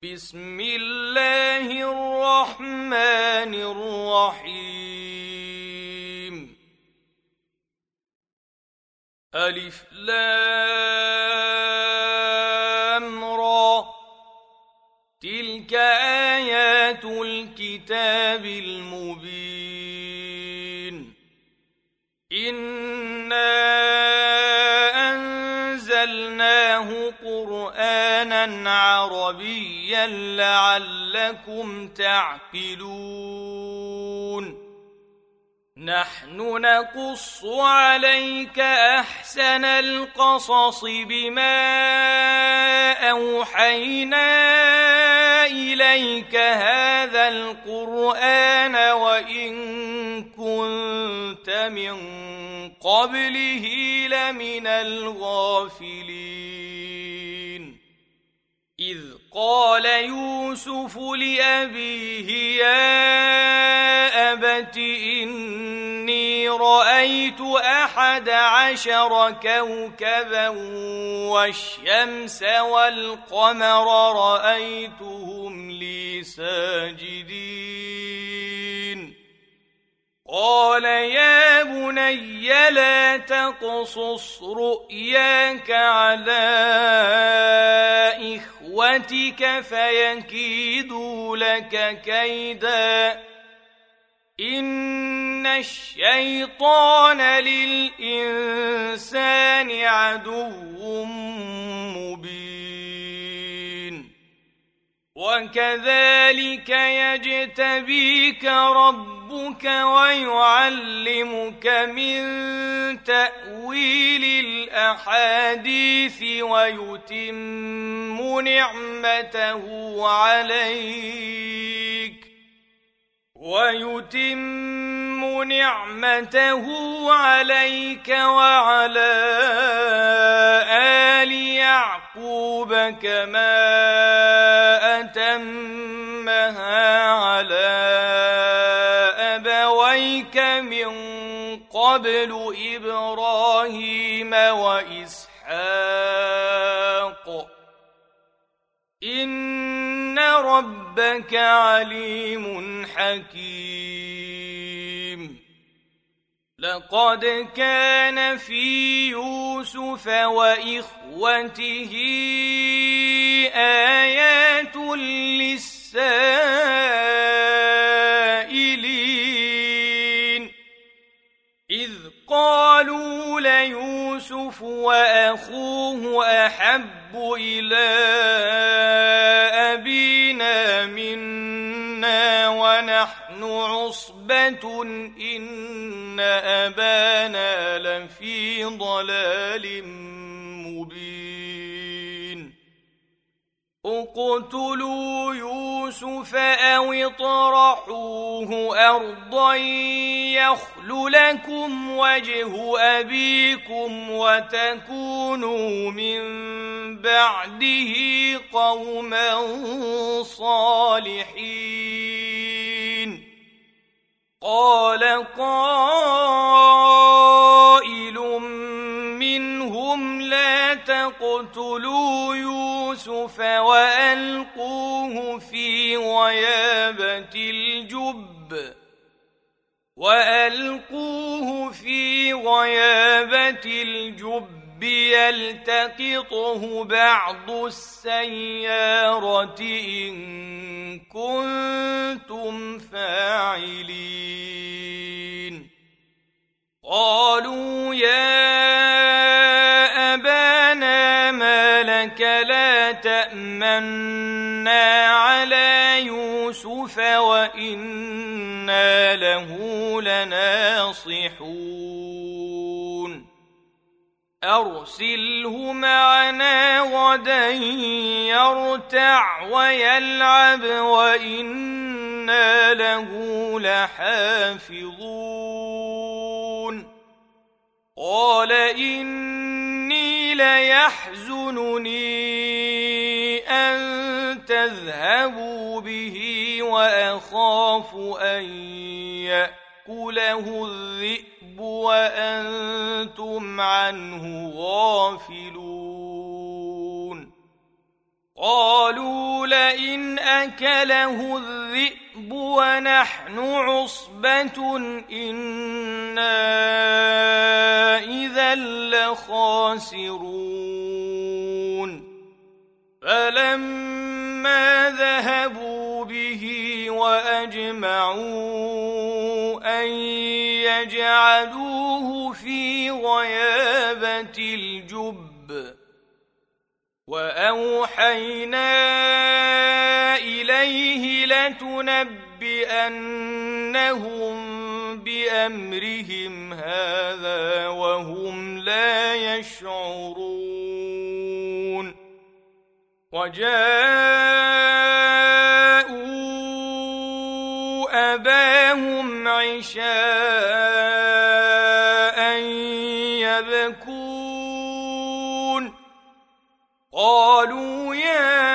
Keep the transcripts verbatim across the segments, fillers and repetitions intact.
بسم الله الرحمن الرحيم. ألف لام را، تلك آيات الكتاب المبين. إنا أنزلناه قرآنا عربيا لعلكم تعقلون. نحن نقص عليك أحسن القصص بما أوحينا إليك هذا القرآن وإن كنت من قبله لمن الغافلين. إذ قال يوسف لأبيه يا أبت إني رأيت أحد عشر كوكبا والشمس والقمر رأيتهم لي ساجدين. قال يا بني لا تقصص رؤياك على إخوتك فيكيدوا لك كيدا، إن الشيطان للإنسان عدو مبين. وكذلك يجتبيك ربك ويعلمك من تأويل الأحاديث ويتم نعمته عليك ويتم نعمته عليك وعلى آل يعقوب كما أتمها على أبويك من قبل إبراهيم وإسحاق إن ربك عليم حكيم. لقد كان في يوسف وإخوته آيات للسائلين، إذ قالوا ليوسف وأخوه أحب إلى أبينا منا ونحن عصبة إن أبانا لفي ضلال مبين. اقتلوا يوسف أو اطرحوه أرضا يخل لكم وجه أبيكم وتكونوا من بعده قوما صالحين. قال قائل منهم لا تقتلوا يوسف وألقوه في غيابة الجب وألقوه في غيابة الجب يلتقطه بعض السيارة إن كنتم فاعلين. قالوا يا أبانا ما لك لا تأمنا على يوسف وإنا له لناصحون. أرسله معنا غدا يرتع ويلعب وإنا له لحافظون. قال إني ليحزنني أن تذهبوا به وأخاف أن يأكله الذئب وأنتم عنه غافلون. قالوا لئن أكله الذئب ونحن عصبة إنا إذا لخاسرون فلما ذهبوا به وأجمعوا أن يجعلوه في غيابة الجب وأوحينا إليه لتنبئنهم بأمرهم هذا وهم لا يشعرون وجاءوا أباهم عشاء يبكون قالوا يا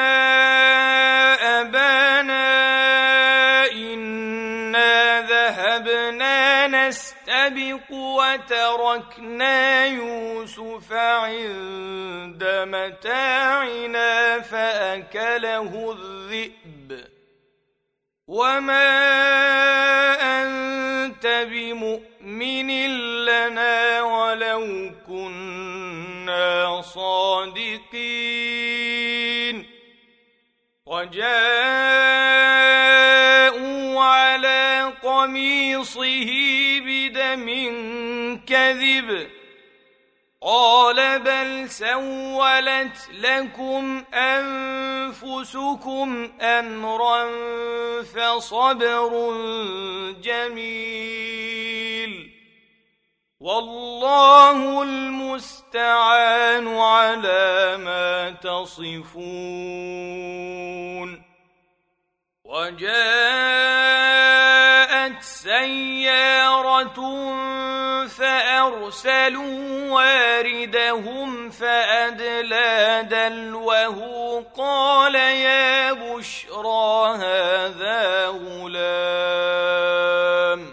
أبانا إنا ذهبنا نستبق وتركنا يوسف عند متاعنا فأكله الذئب وما أنت بمؤمن لنا ولو كنا صادقين وجاءوا على قميصه بدم كذب قال بل سولت لكم أنفسكم أمرا فصبر جميل والله المستعان على ما تصفون وجاءت سيارة فأرسلوا واردهم فأدلى دلوه قال يا بشرى هذا غلام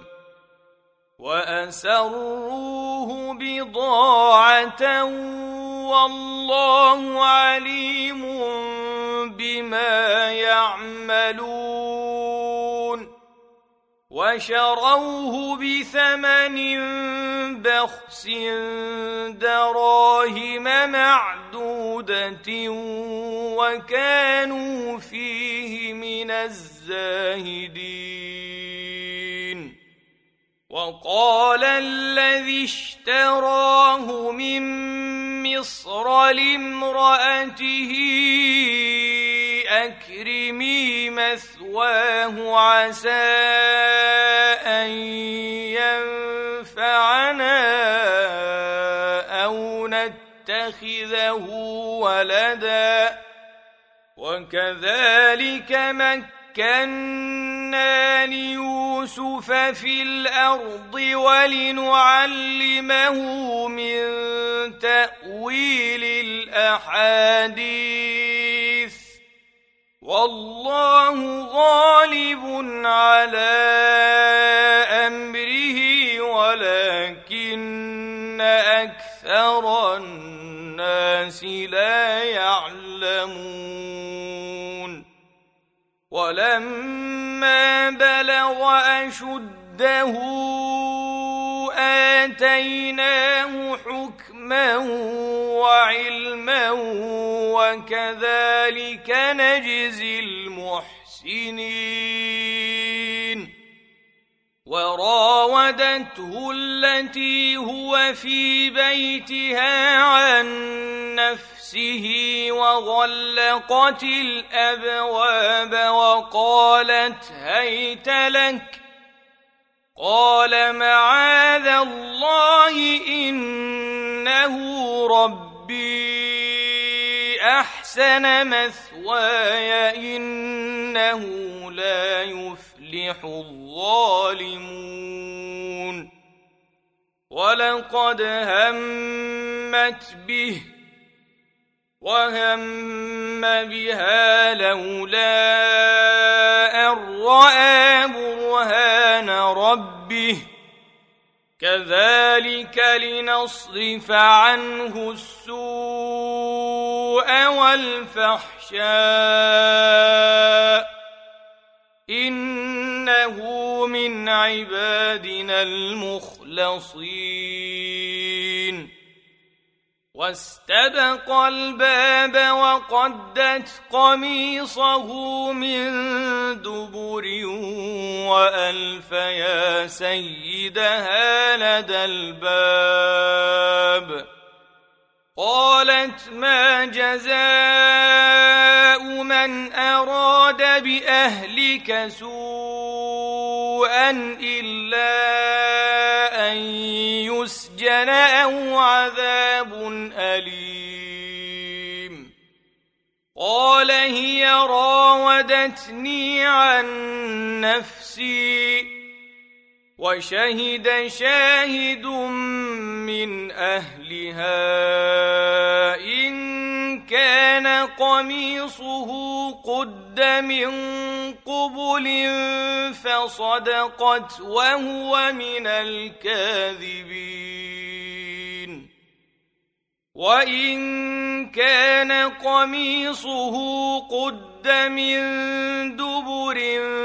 وأسروه بضاعة والله عليم بما يعملون وشروه بثمن بخس دراهم معدودة وكانوا فيه من الزاهدين وقال الذي اشتراه من مصر لامرأته أكرمي مثواه عسى أن ينفعنا أو نتخذه ولدا وكذلك مكنا ليوسف في الأرض ولنعلمه من تأويل الأحاديث والله غالب على أمره ولكن أكثر الناس لا يعلمون ولما بلغ أشده آتيناه حكما وعلما وكذلك نجزي المحسنين وراودته التي هو في بيتها عن نفسه وغلقت الأبواب وقالت هيت لك قال معاذ الله إنه ربي أحسن مثواي إنه لا يفلح الظالمون ولقد همت به وهم بها لولا أن رأى برهان ربه كذلك لنصرف عنه السوء والفحشاء يخشى إنه من عبادنا المخلصين واستبق الباب وقدت قميصه من دبر وألف يا سيدها لدى الباب قالت ما جزاء من أراد بأهلك سوءا إلا أن يسجن أو عذاب أليم قال هي راودتني عن نفسي وشهد شاهد من أهلها إن كان قميصه قد من قبل فصدقت وهو من الكاذبين وإن كان قميصه قد من دبر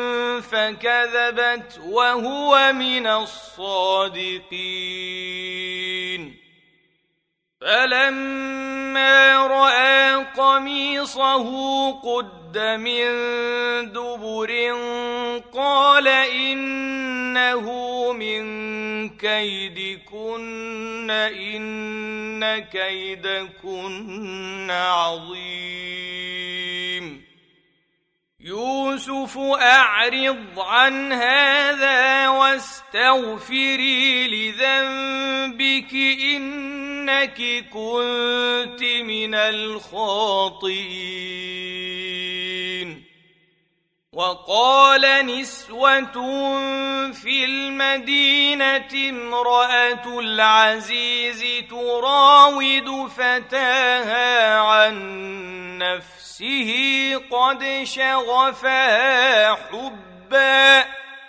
فكذبت وهو من الصادقين فلما رأى قميصه قد من دبر قال إنه من كيدكن إن كيدكن عظيم يوسف أعرض عن هذا واستغفري لذنبك إنك كنت من الخاطئين وقال نسوة في المدينة امرأة العزيز تراود فتاها عن نفسه قد شغفها حبا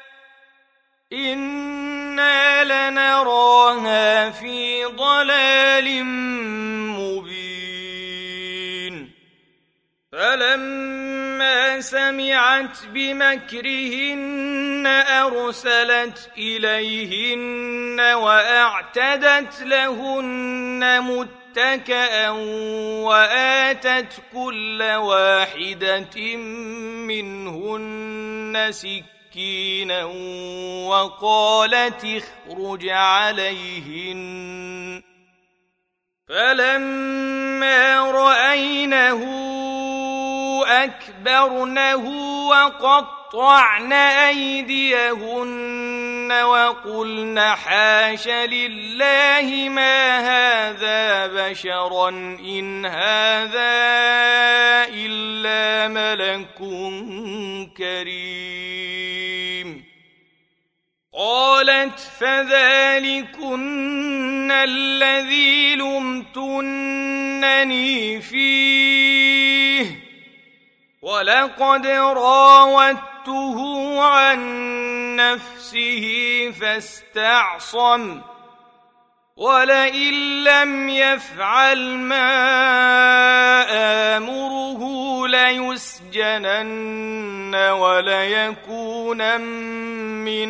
إنا لنراها في ضلال مبين فلما سمعت بمكرهن أرسلت إليهن وأعتدت لهن متكئا وآتت كل واحدة منهن سكينا وقالت اخرج عليهن فلما رأينه أكبرنه وقطعن أيديهن وقلن حاش لله ما هذا بشرا إن هذا إلا ملك كريم قالت فذلكن الذي لمتنني فيه ولقد راودته عن نفسه فاستعصم ولئن لم يفعل ما آمره ليسجنن وليكونن من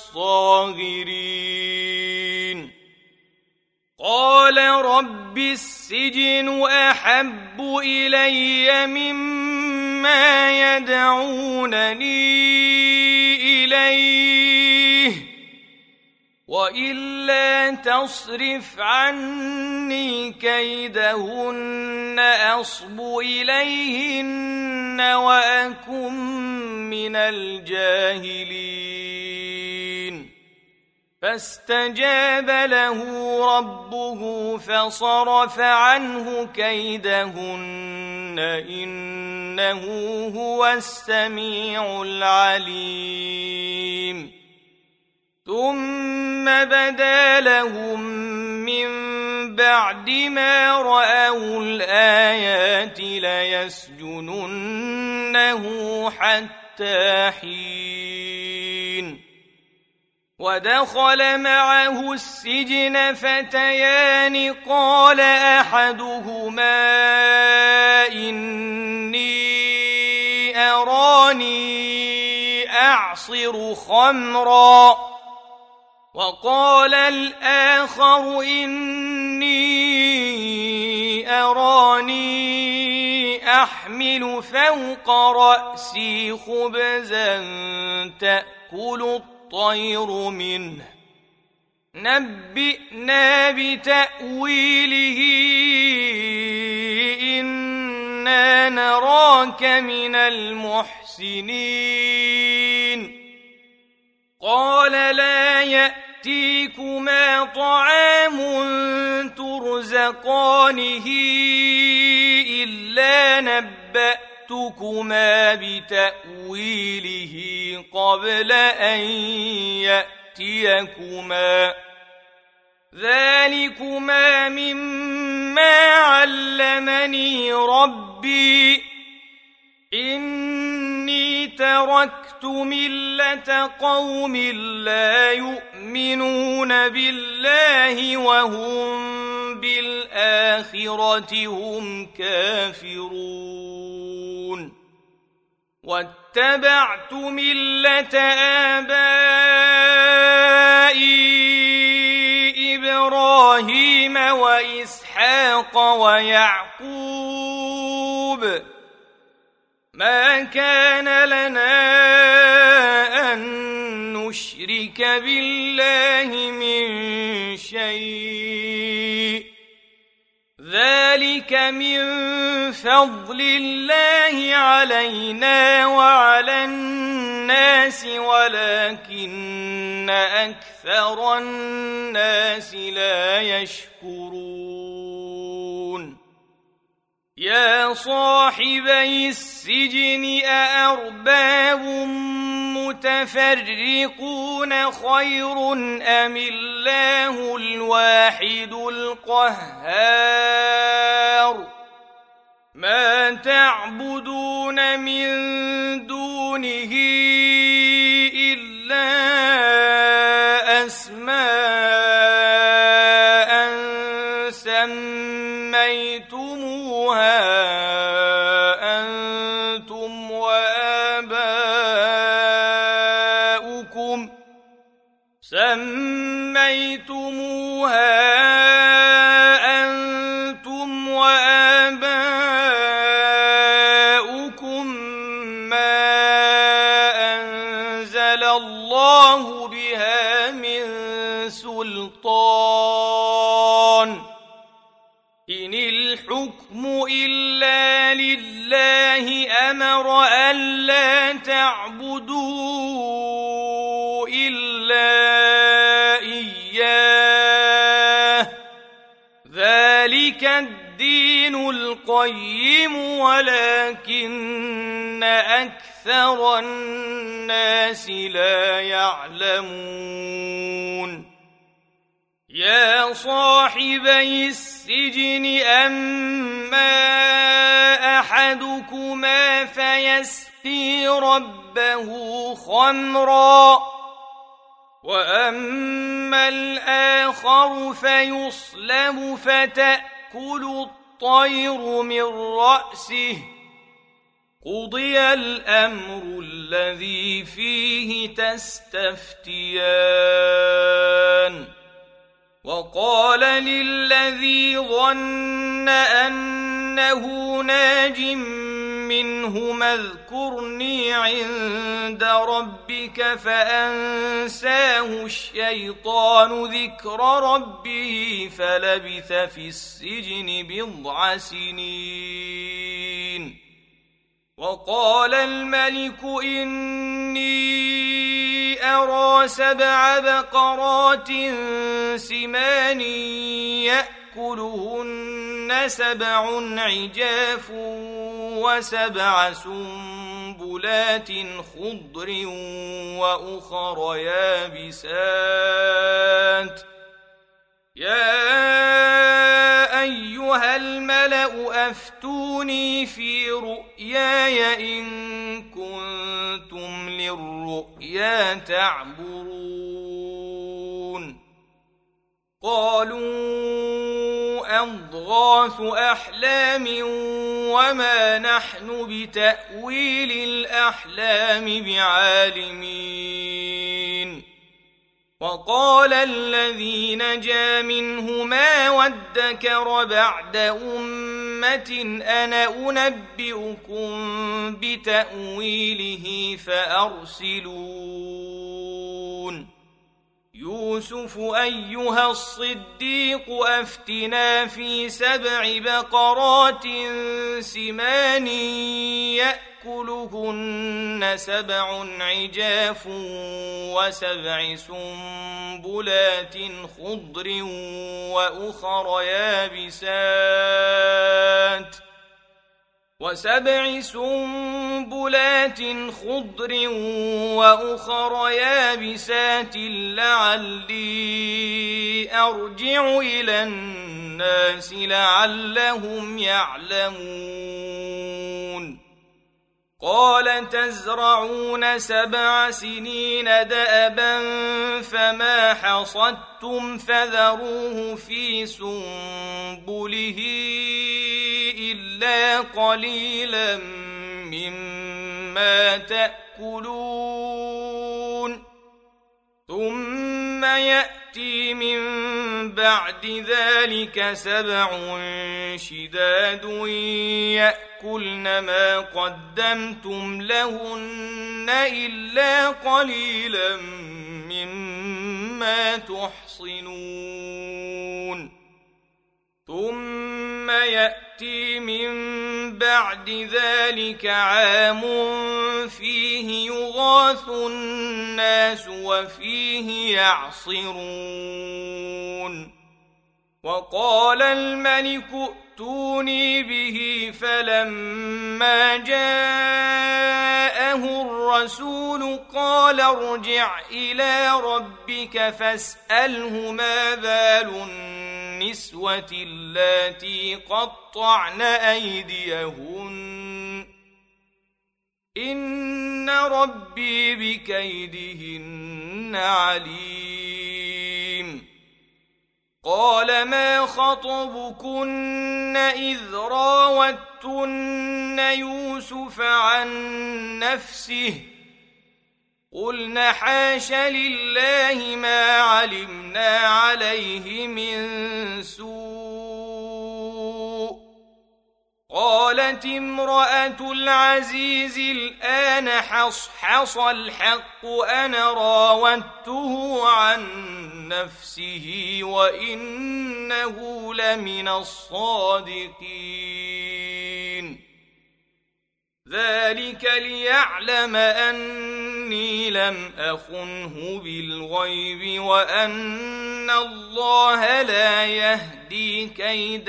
الصاغرين قال رب السجن أحب إلي مما يدعونني إليه وإلا تصرف عني كيدهن أصب إليهن وأكن من الجاهلين فاستجاب له ربه فصرف عنه كيدهن إنه هو السميع العليم ثم بدا لهم من بعد ما رأوا الآيات ليسجننه حتى حين ودخل معه السجن فتيان قال أحدهما إني أراني أعصر خمرا وقال الآخر إني أراني أحمل فوق رأسي خبزا تأكل الطير منه نبئنا بتأويله إنا نراك من المحسنين قال لا يأتيكما طعام ترزقانه إلا نبأتكما بتأويله قبل أن يأتيكما ذلكما مما علمني ربي إني تركت ملة قوم لا يؤمنون بالله وهم بالآخرة هم كافرون واتبعت ملة آبائي إبراهيم وإسحاق ويعقوب ما كان لنا أن نشرك بالله من شيء ذلك من فضل الله علينا وعلى الناس ولكن أكثر الناس لا يشكرون يا صاحبي السجن أأرباب متفرقون خير أم الله الواحد القهار ما تعبدون من دونه إلا أسماء سميتموها أنتم وآباؤكم سميتموها أنتم وآباؤكم ما أنزل الله بها من سلطان إن الحكم إلا لله أمر ألا تعبدوا إلا إياه ذلك الدين القيم ولكن أكثر الناس لا يعلمون يا صاحبي السجن أما أحدكما فيسقي ربه خمرا وأما الآخر فيصلب فتأكل الطير من رأسه قضي الأمر الذي فيه تستفتيان وقال للذي ظن أنه ناج منهما اذكرني عند ربك فأنساه الشيطان ذكر ربه فلبث في السجن بضع سنين وقال الملك إني أرى سبع بقرات سمان يأكلهن سبع عجاف وسبع سنبلات خضر وأخر يابسات يا أيها الملأ أفتوني في رؤياي إن كنتم للرؤيا تعبرون قالوا أضغاث أحلام وما نحن بتأويل الأحلام بعالمين وقال الذي نجا منهما وادكر بعد أمة أنا أنبئكم بتأويله فأرسلون يوسف أيها الصديق أفتنا في سبع بقرات سمان يأكلهن سبع عجاف وسبع سنبلات خضر وأخر يابسات وسبع سنبلات خضر وأخر يابسات لعلي أرجع إلى الناس لعلهم يعلمون قال تزرعون سبع سنين دأبا فما حصدتم فذروه في سنبله إلا قليلا مما تأكلون ثم يأتي من بعد ذلك سبع شداد يأكلن ما قدمتم لهن إلا قليلا مما تحصنون ثم يأتي من بعد ذلك عام فيه يغاث الناس وفيه يعصرون وقال الملك ائتوني به فلما جاءه الرسول قال ارجع إلى ربك فاسأله ما بال النسوة اللاتي قطعن أيديهن إن ربي بكيدهن عليم قال ما خطبكن إذ راوتن يوسف عن نفسه قلن حاش لله ما علمنا عليه من سوء قالت امرأة العزيز الآن حصحص الحق أنا راودته عن نفسه وإنه لمن الصادقين ذلك ليعلم أني لم أخنه بالغيب وأن الله لا يهدي كيد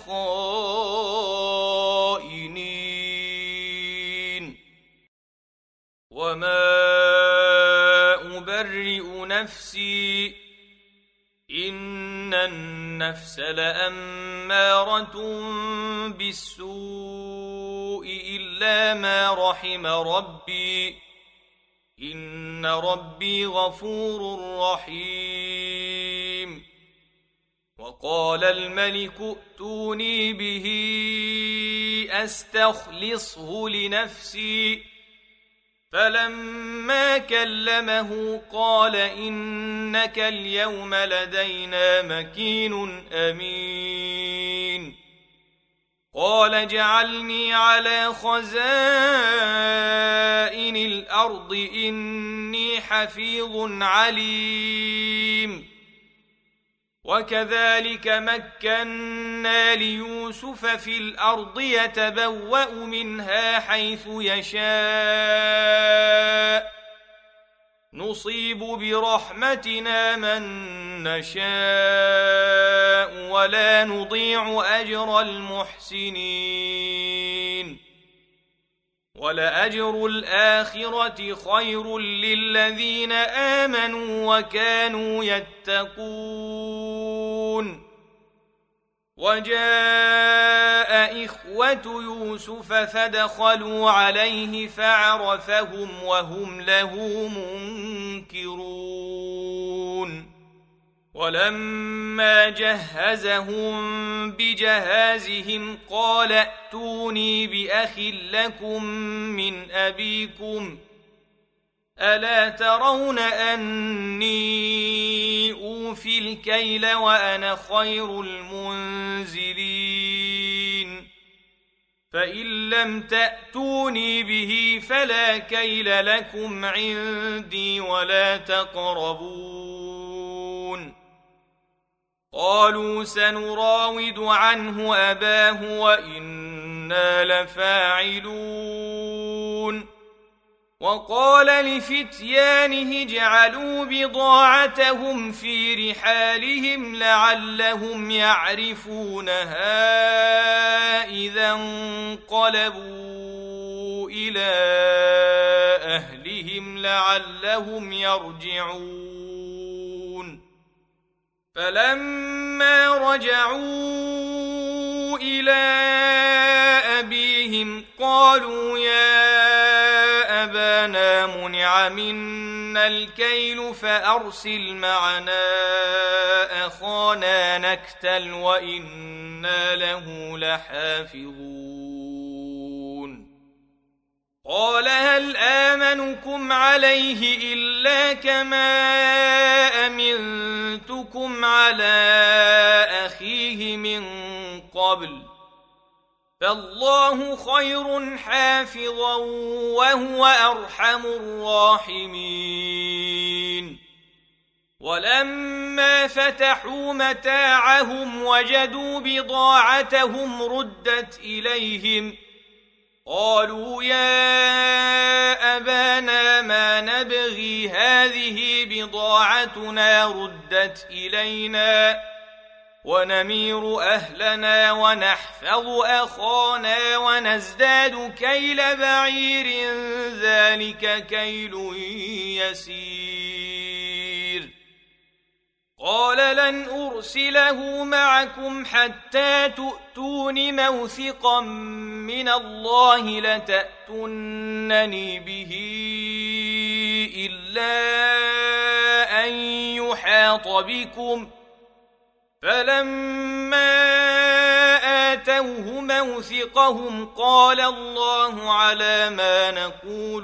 الخائنين وما أبرئ نفسي إن النفس لأمارة بالسوء إلا ما رحم ربي إن ربي غفور رحيم وقال الملك ائتوني به أستخلصه لنفسي فلما كلمه قال إنك اليوم لدينا مكين أمين قال اجعلني على خزائن الأرض إني حفيظ عليم وكذلك مكنا ليوسف في الأرض يتبوأ منها حيث يشاء نصيب برحمتنا من نشاء ولا نضيع أجر المحسنين ولأجر الآخرة خير للذين آمنوا وكانوا يتقون وجاء إخوة يوسف فدخلوا عليه فعرفهم وهم له منكرون ولما جهزهم بجهازهم قال ائتوني بأخ لكم من أبيكم ألا ترون أني أوفي الكيل وأنا خير المنزلين فإن لم تأتوني به فلا كيل لكم عندي ولا تقربون قالوا سنراود عنه أباه وإنا لفاعلون وقال لفتيانه اجعلوا بضاعتهم في رحالهم لعلهم يعرفونها إذا انقلبوا إلى أهلهم لعلهم يرجعون فلما رجعوا إلى أبيهم قالوا يا أبانا منع منا الكيل فأرسل معنا أخانا نكتل وإنا له لحافظون قال هل آمنكم عليه إلا كما أمنتكم على أخيه من قبل فالله خير حافظا وهو أرحم الراحمين ولما فتحوا متاعهم وجدوا بضاعتهم ردت إليهم قالوا يا أبانا ما نبغي هذه بضاعتنا ردت إلينا ونمير أهلنا ونحفظ أخانا ونزداد كيل بعير ذلك كيل يسير قال لن أرسله معكم حتى تؤتون موثقا من الله لتأتونني به إلا أن يحاط بكم فلما آتوه موثقهم قال الله على ما نقول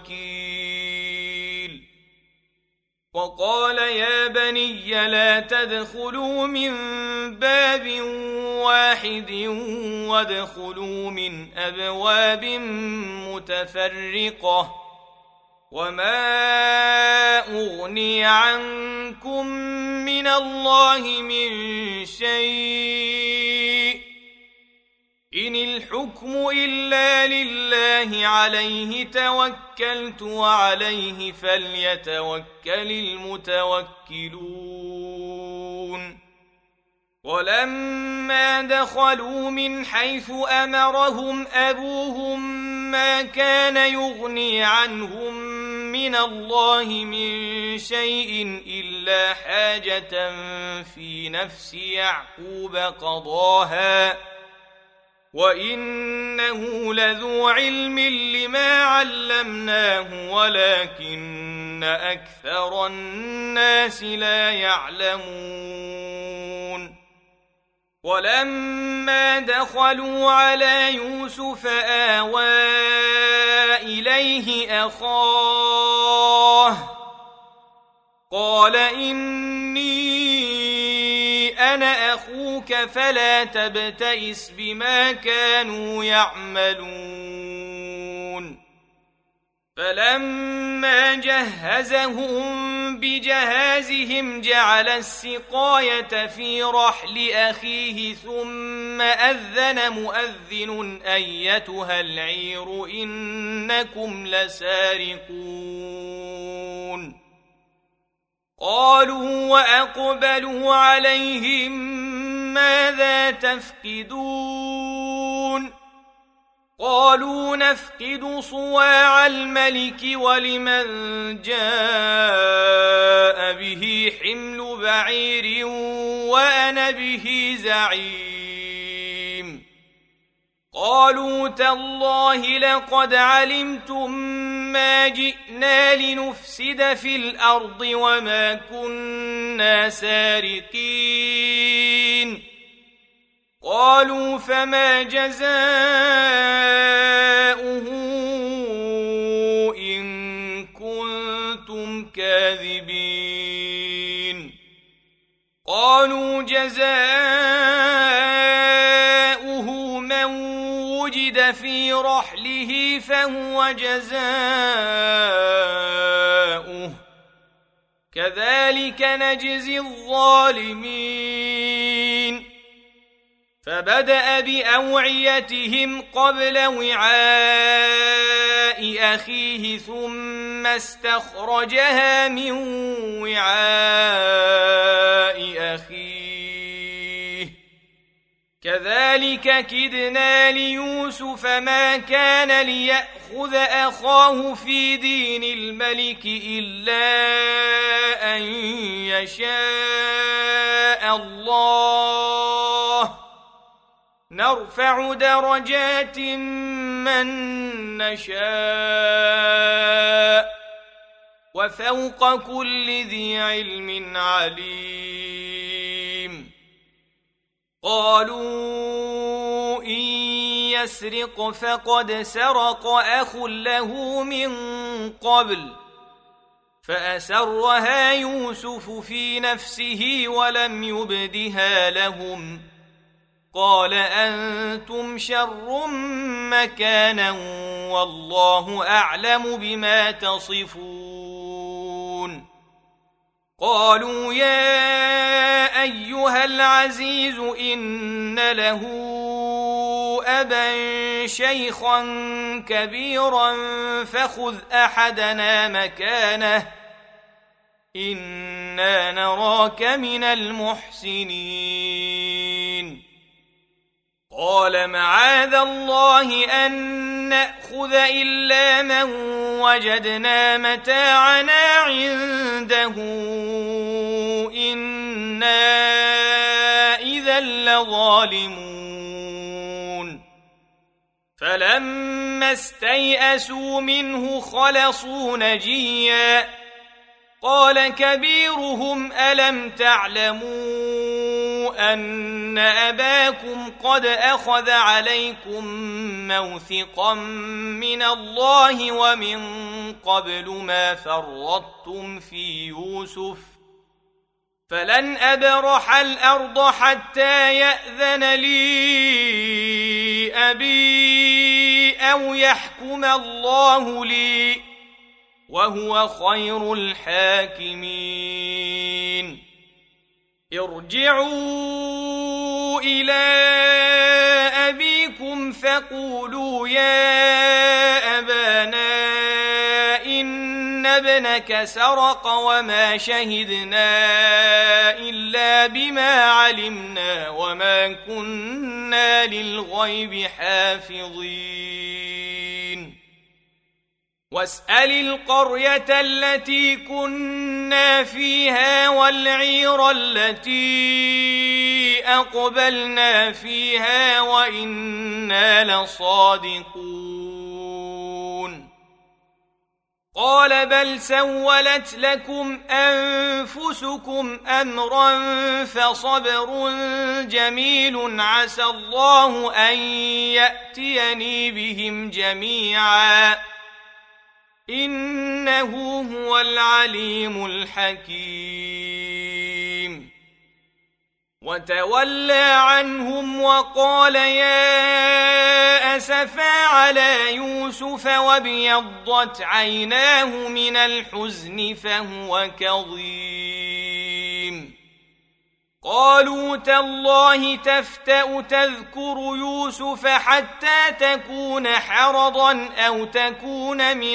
وكيل وقال يا بني لا تدخلوا من باب واحد وادخلوا من أبواب متفرقة وما أغني عنكم من الله من شيء إن الحكم إلا لله عليه توكلت وعليه فليتوكل المتوكلون ولما دخلوا من حيث أمرهم أبوهم ما كان يغني عنهم من الله من شيء إلا حاجة في نفس يعقوب قضاها وإنه لذو علم لما علمناه ولكن أكثر الناس لا يعلمون ولما دخلوا على يوسف آوى إليه أخاه قال إني أنا أخوك فلا تبتئس بما كانوا يعملون فلما جهزهم بجهازهم جعل السقاية في رحل أخيه ثم أذن مؤذن أيتها العير إنكم لسارقون قالوا وأقبلوا عليهم ماذا تفقدون قالوا نفقد صواع الملك ولمن جاء به حمل بعير وأنا به زعيم قالوا تالله لقد علمتم ما جئنا لنفسد في الأرض وما كنا سارقين قالوا فما جزاؤه إن كنتم كاذبين قالوا جزاؤه من وجد في رحله فهو جزاؤه كذلك نجزي الظالمين فبدأ بأوعيتهم قبل وعاء أخيه ثم استخرجها من وعاء أخيه كذلك كدنا ليوسف ما كان ليأخذ أخاه في دين الملك إلا أن يشاء الله نرفع درجات من نشاء وفوق كل ذي علم عليم قالوا إن يسرق فقد سرق أخ له من قبل فأسرها يوسف في نفسه ولم يبدها لهم قال أنتم شر مكانا والله أعلم بما تصفون قالوا يا أيها العزيز إن له أبا شيخا كبيرا فخذ أحدنا مكانه إنا نراك من المحسنين قال معاذ الله أن نأخذ إلا من وجدنا متاعنا عنده إنا إذا لظالمون فلما استيئسوا منه خلصوا نجيا قال كبيرهم ألم تعلموا أن أباكم قد أخذ عليكم موثقا من الله ومن قبل ما فرطتم في يوسف فلن أبرح الأرض حتى يأذن لي أبي أو يحكم الله لي وهو خير الحاكمين ارجعوا إلى أبيكم فقولوا يا أبانا إن ابنك سرق وما شهدنا إلا بما علمنا وما كنا للغيب حافظين واسأل القرية التي كنا فيها والعير التي أقبلنا فيها وإنا لصادقون قال بل سولت لكم أنفسكم أمرا فصبر جميل عسى الله أن يأتيني بهم جميعا إنه هو العليم الحكيم وتولى عنهم وقال يا أسفا على يوسف وابيضت عيناه من الحزن فهو كظيم قالوا تالله تفتأ تذكر يوسف حتى تكون حرضا أو تكون من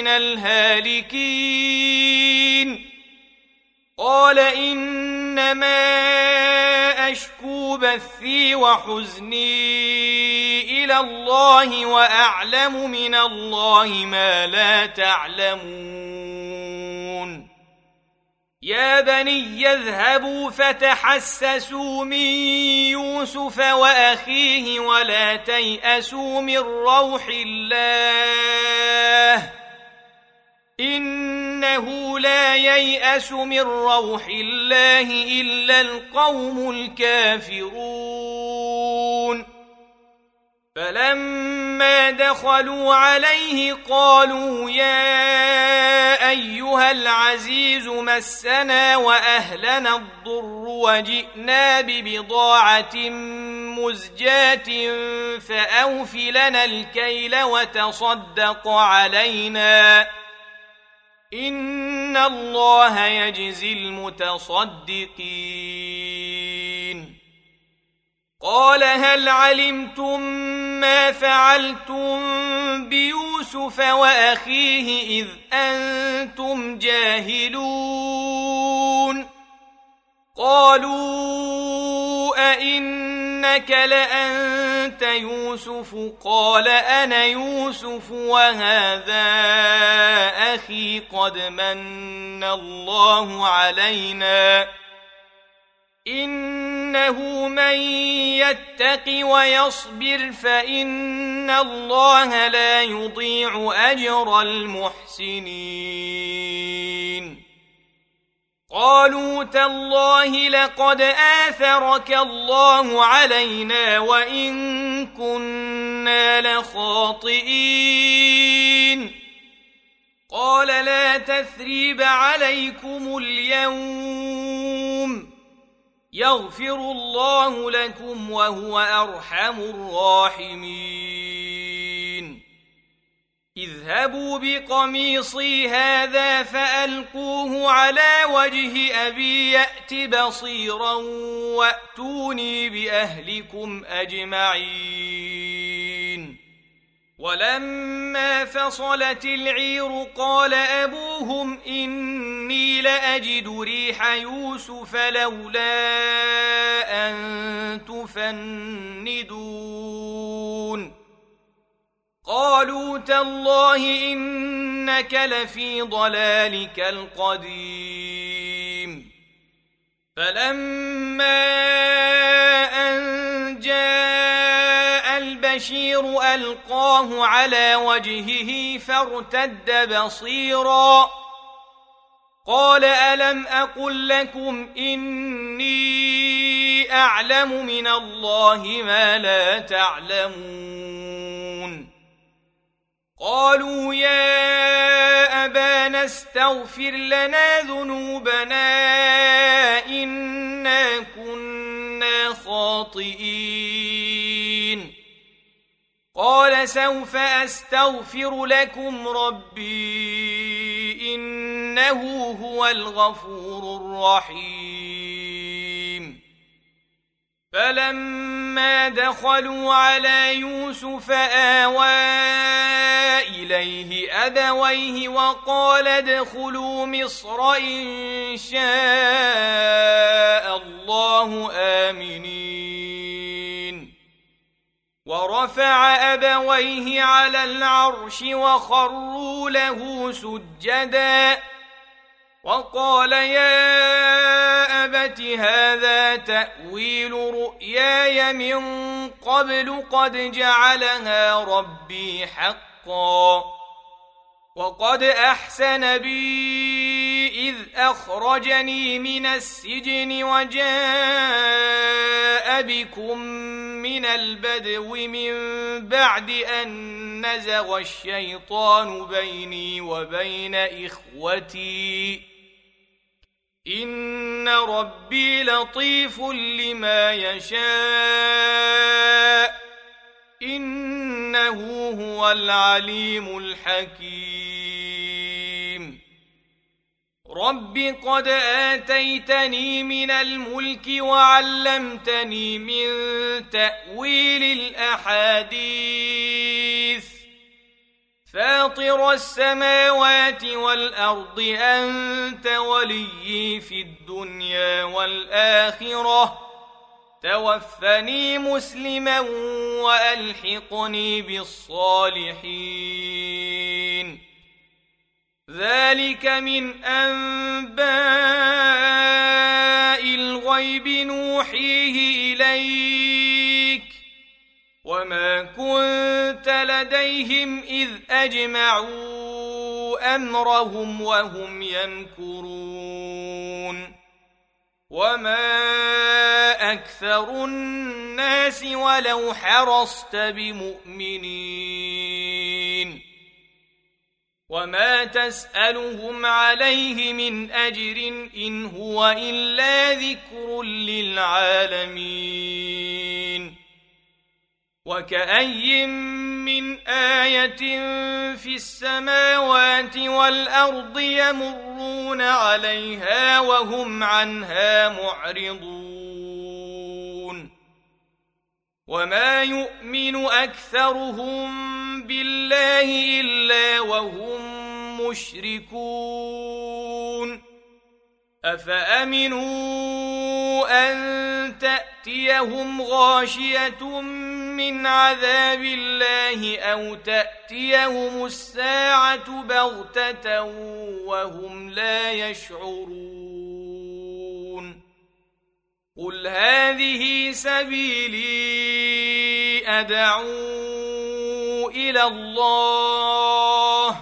الهالكين قال إنما أشكو بثي وحزني إلى الله وأعلم من الله ما لا تعلمون يا بني يذهبوا فتحسسوا من يوسف وأخيه ولا تيأسوا من روح الله إنه لا ييأس من روح الله إلا القوم الكافرون فلما دخلوا عليه قالوا يا أيها العزيز مسنا وأهلنا الضر وجئنا ببضاعة مزجاة فأوف لنا الكيل وتصدق علينا إن الله يجزي المتصدقين قال هل علمتم ما فعلتم بيوسف وأخيه إذ أنتم جاهلون قالوا أئنك لأنت يوسف قال أنا يوسف وهذا أخي قد من الله علينا إنه من يتق ويصبر فإن الله لا يضيع أجر المحسنين قالوا تالله لقد آثرك الله علينا وإن كنا لخاطئين قال لا تثريب عليكم اليوم يغفر الله لكم وهو أرحم الراحمين اذهبوا بقميصي هذا فألقوه على وجه أبي يأت بصيرا وأتوني بأهلكم أجمعين ولما فصلت العير قال أبوهم إني لأجد ريح يوسف لولا أن تفندون قالوا تالله إنك لفي ضلالك القديم فلما أن جاء البشير ألقاه على وجهه فارتد بصيرا قال ألم أقل لكم إني أعلم من الله ما لا تعلمون قالوا يا أبانا استغفر لنا ذنوبنا إنا كنا خاطئين قال سوف أستغفر لكم ربي إنه هو الغفور الرحيم فلما دخلوا على يوسف آوى إليه أبويه وقال ادخلوا مصر إن شاء الله آمنين ورفع أبويه على العرش وخروا له سجدا وقال يا أبت هذا تأويل رؤياي من قبل قد جعلها ربي حقا وقد أحسن بي إذ أخرجني من السجن وجاء بكم من البدو من بعد أن نزغ الشيطان بيني وبين إخوتي إن ربي لطيف لما يشاء إنه هو العليم الحكيم رب قد آتيتني من الملك وعلمتني من تأويل الأحاديث فاطر السماوات والأرض أنت وليي في الدنيا والآخرة توفني مسلما وألحقني بالصالحين ذلك من أنباء الغيب نوحيه إليك وما كنت لديهم إذ أجمعوا أمرهم وهم يمكرون وما أكثر الناس ولو حرصت بمؤمنين وما تسألهم عليه من أجر إن هو إلا ذكر للعالمين وكأي من آية في السماوات والأرض يمرون عليها وهم عنها معرضون وما يؤمن أكثرهم بالله إلا وهم مشركون أفأمنوا أن تأتيهم غاشية من عذاب الله أو تأتيهم الساعة بغتة وهم لا يشعرون قل هذه سبيلي أدعو إلى الله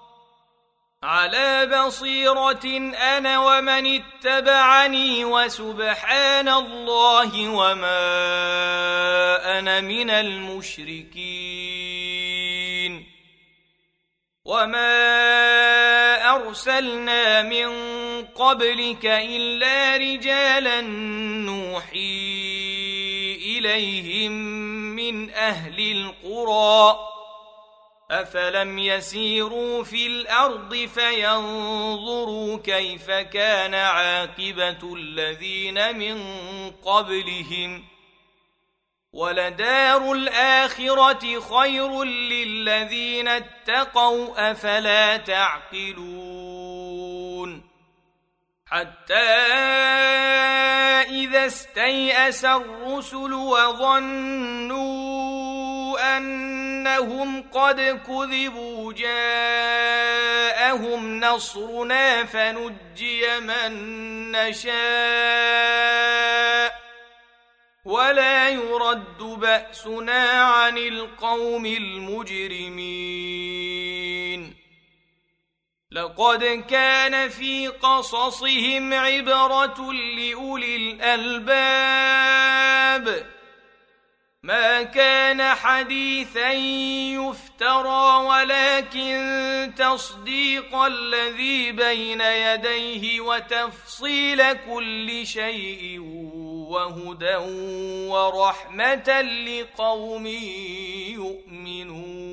على بصيرة أنا ومن اتبعني وسبحان الله وما أنا من المشركين وما أرسلنا من قبلك إلا رجالا نوحي إليهم من أهل القرى أفلم يسيروا في الأرض فينظروا كيف كان عاقبة الذين من قبلهم ولدار الآخرة خير للذين اتقوا أفلا تعقلون حتى إذا استيأس الرسل وظنوا أنهم قد كذبوا جاءهم نصرنا فنجي من نشاء ولا يرد بأسنا عن القوم المجرمين لقد كان في قصصهم عبرة لأولي الألباب ما كان حديثا يفترى ولكن تصديق الذي بين يديه وتفصيل كل شيء وهدى ورحمة لقوم يؤمنون